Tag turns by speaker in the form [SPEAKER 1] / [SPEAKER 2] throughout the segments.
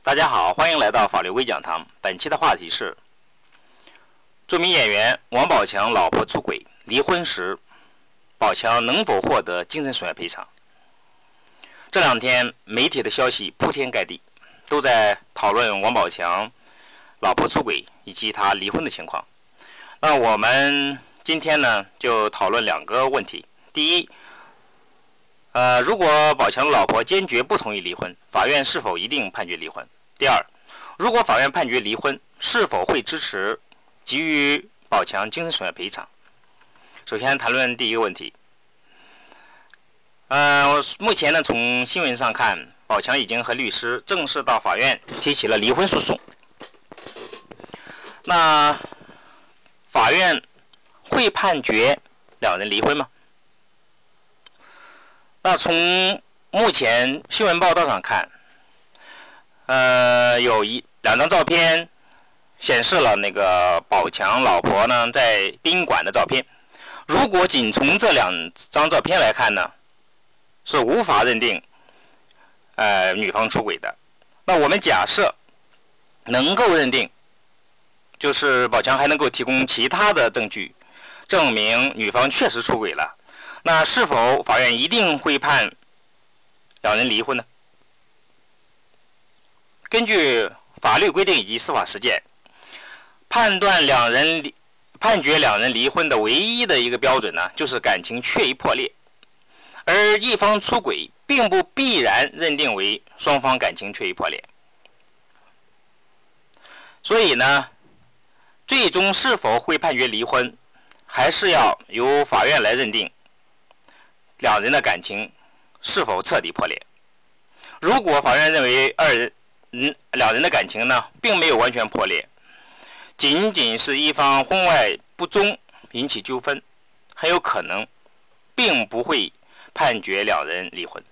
[SPEAKER 1] 大家好，欢迎来到法律微讲堂。本期的话题是：著名演员王宝强老婆出轨，离婚时，宝强能否获得精神损害赔偿？这两天媒体的消息铺天盖地，都在讨论王宝强老婆出轨以及他离婚的情况。那我们今天呢，就讨论两个问题。第一，如果宝强的老婆坚决不同意离婚，法院是否一定判决离婚？第二，如果法院判决离婚，是否会支持给予宝强精神损害赔偿？首先谈论第一个问题。目前呢，从新闻上看，宝强已经和律师正式到法院提起了离婚诉讼。那法院会判决两人离婚吗？那从目前新闻报道上看，有两张照片显示了那个宝强老婆呢在宾馆的照片。如果仅从这两张照片来看呢，是无法认定女方出轨的。那我们假设能够认定，就是宝强还能够提供其他的证据证明女方确实出轨了，那是否法院一定会判两人离婚呢？根据法律规定以及司法实践，判决两人离婚的唯一的一个标准呢，就是感情确已破裂。而一方出轨并不必然认定为双方感情确已破裂。所以呢，最终是否会判决离婚，还是要由法院来认定两人的感情是否彻底破裂。如果法院认为两人的感情呢并没有完全破裂，仅仅是一方婚外不忠引起纠纷，很有可能并不会判决两人离婚。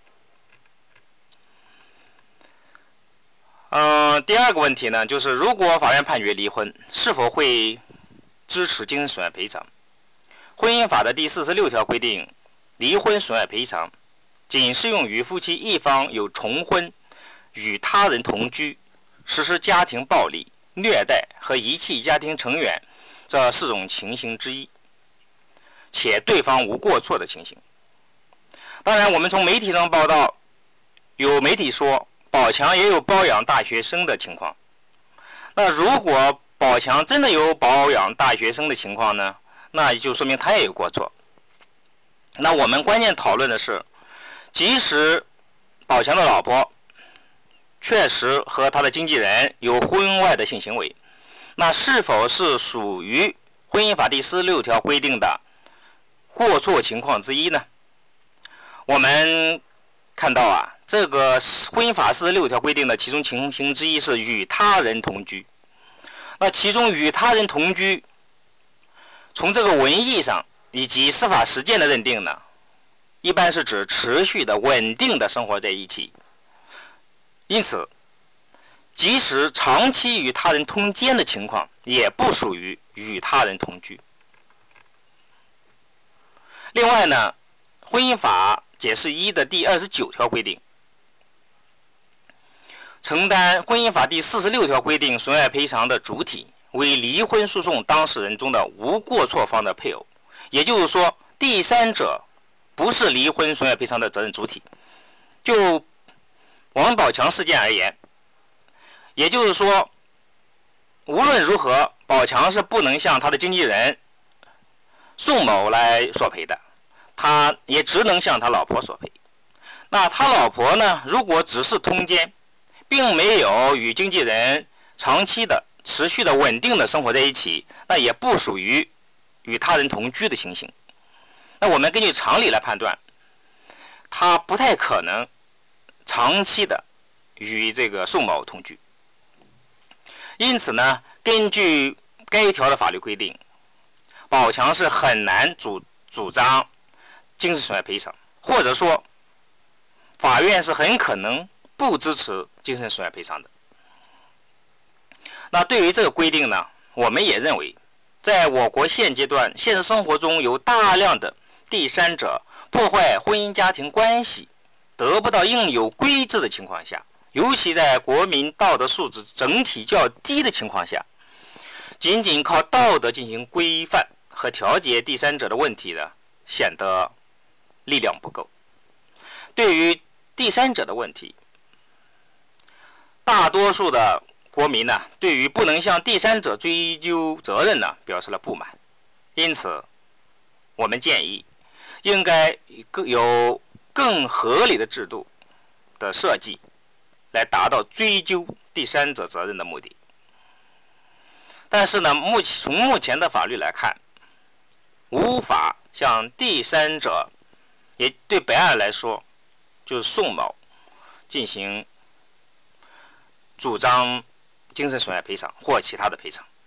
[SPEAKER 1] 第二个问题呢，就是如果法院判决离婚，是否会支持精神损害赔偿？婚姻法的第46条规定，离婚损害赔偿仅适用于夫妻一方有重婚、与他人同居、实施家庭暴力、虐待和遗弃家庭成员这4种情形之一，且对方无过错的情形。当然，我们从媒体上报道，有媒体说宝强也有包养大学生的情况。那如果宝强真的有包养大学生的情况呢，那就说明他也有过错。那我们关键讨论的是，即使宝强的老婆确实和他的经纪人有婚外的性行为，那是否是属于婚姻法第46条规定的过错情况之一呢？我们看到这个婚姻法46条规定的其中情形之一是与他人同居。那其中与他人同居，从这个文义上以及司法实践的认定呢，一般是指持续的稳定的生活在一起。因此，即使长期与他人通奸的情况，也不属于与他人同居。另外呢，婚姻法解释1的第29条规定，承担婚姻法第46条规定损害赔偿的主体为离婚诉讼当事人中的无过错方的配偶，也就是说，第三者不是离婚损害赔偿的责任主体。就王宝强事件而言，也就是说，无论如何，宝强是不能向他的经纪人宋某来索赔的，他也只能向他老婆索赔。那他老婆呢，如果只是通奸，并没有与经纪人长期的持续的稳定的生活在一起，那也不属于与他人同居的情形。那我们根据常理来判断，他不太可能长期的与这个宋某同居。因此呢，根据该条的法律规定，宝强是很难主张精神损害赔偿，或者说法院是很可能不支持精神损害赔偿的。那对于这个规定呢，我们也认为，在我国现阶段现实生活中有大量的第三者破坏婚姻家庭关系，得不到应有规制的情况下， 尤其在国民道德素质整体较低的情况下，仅仅靠道德进行规范和调节第三者的问题呢，显得力量不够。对于第三者的问题，大多数的国民呢，对于不能向第三者追究责任呢，表示了不满。因此，我们建议应该有更合理的制度的设计，来达到追究第三者责任的目的。但是呢，从目前的法律来看，无法向第三者，也对本案来说，就是宋某进行主张精神损害赔偿或其他的赔偿。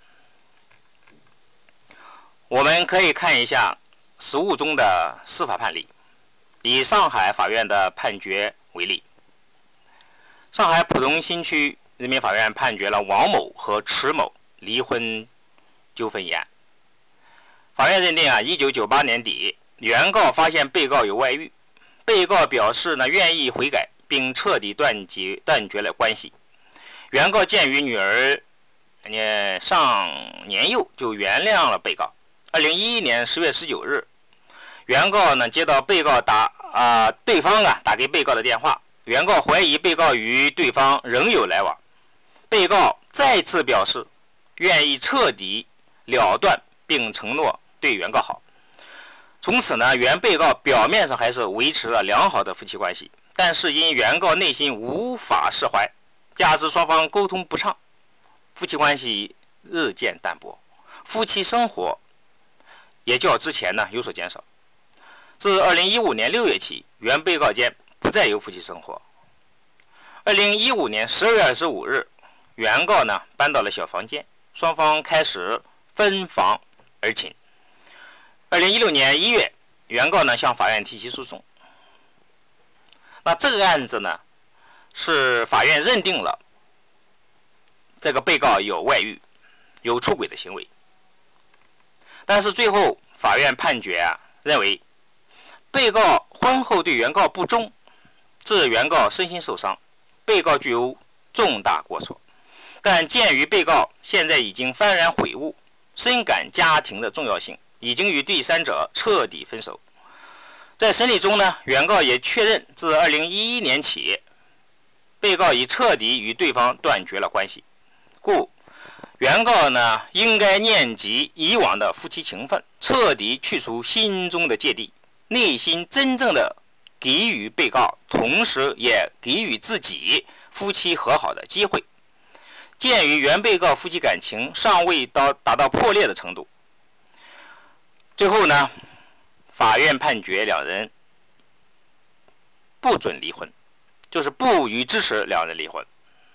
[SPEAKER 1] 我们可以看一下实务中的司法判例。以上海法院的判决为例，上海浦东新区人民法院判决了王某和池某离婚纠纷一案。法院认定1998年底，原告发现被告有外遇，被告表示愿意悔改，并彻底断绝了关系。原告鉴于女儿尚年幼，就原谅了被告。2011年10月19日，原告接到被告对方打给被告的电话，原告怀疑被告与对方仍有来往，被告再次表示愿意彻底了断，并承诺对原告好。从此原被告表面上还是维持了良好的夫妻关系，但是因原告内心无法释怀，加之双方沟通不畅，夫妻关系日渐淡薄，夫妻生活也较之前有所减少。自2015年6月起，原被告间不再有夫妻生活。2015年12月25日，原告搬到了小房间，双方开始分房而寝。2016年1月，原告向法院提起诉讼。那这个案子是法院认定了这个被告有外遇、有出轨的行为，但是最后法院判决认为，被告婚后对原告不忠，致原告身心受伤，被告具有重大过错。但鉴于被告现在已经幡然悔悟，深感家庭的重要性，已经与第三者彻底分手。在审理中原告也确认，自2011年起，被告已彻底与对方断绝了关系，故原告应该念及以往的夫妻情分，彻底去除心中的芥蒂，内心真正的给予被告，同时也给予自己夫妻和好的机会。鉴于原被告夫妻感情尚未达到破裂的程度，最后法院判决两人不准离婚，就是不予支持两人离婚。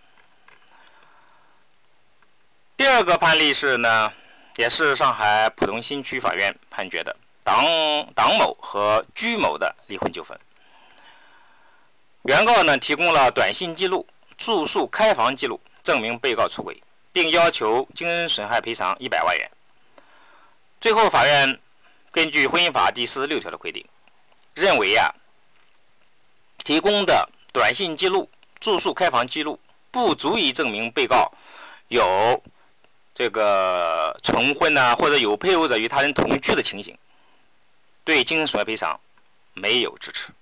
[SPEAKER 1] 第二个判例是也是上海浦东新区法院判决的党某和居某的离婚纠纷。原告提供了短信记录、住宿开房记录，证明被告出轨，并要求精神损害赔偿100万元。最后法院根据婚姻法第46条的规定，认为提供的短信记录、住宿开房记录不足以证明被告有这个重婚或者有配偶者与他人同居的情形，对精神损害赔偿没有支持。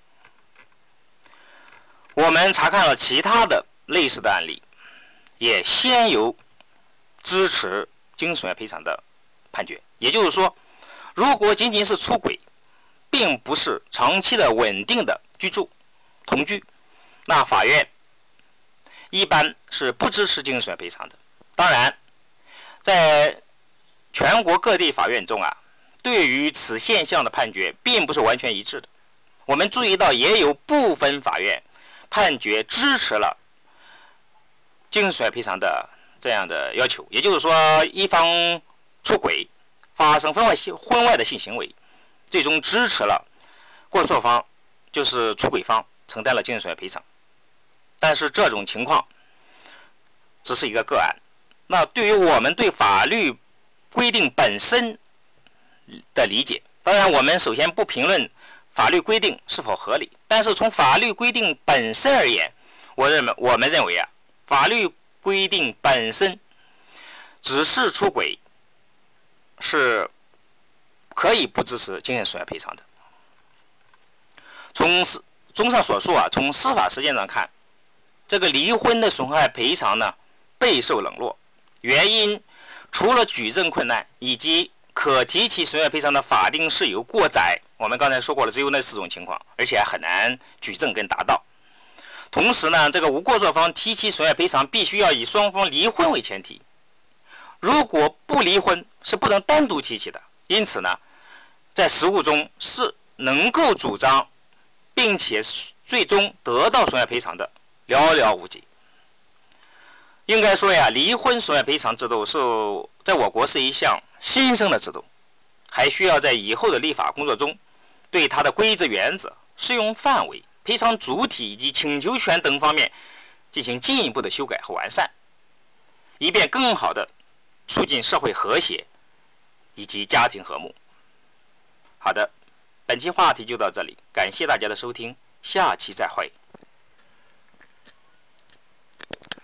[SPEAKER 1] 我们查看了其他的类似的案例，也先有支持精神损害赔偿的判决。也就是说，如果仅仅是出轨，并不是长期的稳定的居住同居，那法院一般是不支持精神损害赔偿的。当然，在全国各地法院中对于此现象的判决并不是完全一致的。我们注意到，也有部分法院判决支持了精神损害赔偿的这样的要求，也就是说，一方出轨，发生婚外的性行为，最终支持了过错方，就是出轨方承担了精神损害赔偿。但是这种情况只是一个个案。那对于我们对法律规定本身的理解，当然我们首先不评论法律规定是否合理，但是从法律规定本身而言， 我们认为啊，法律规定本身只是出轨，是可以不支持精神损害赔偿的。综上所述啊，从司法实践上看，这个离婚的损害赔偿呢备受冷落，原因除了举证困难以及可提起损害赔偿的法定事由过窄，我们刚才说过了，只有那4种情况，而且还很难举证跟达到。同时呢，这个无过错方提起损害赔偿必须要以双方离婚为前提，如果不离婚是不能单独提起的。因此呢，在实务中是能够主张并且最终得到损害赔偿的寥寥无几。应该说呀，离婚损害赔偿制度是在我国是一项新生的制度，还需要在以后的立法工作中对它的规则原则、适用范围、赔偿主体以及请求权等方面进行进一步的修改和完善，以便更好的促进社会和谐以及家庭和睦。好的，本期话题就到这里，感谢大家的收听，下期再会。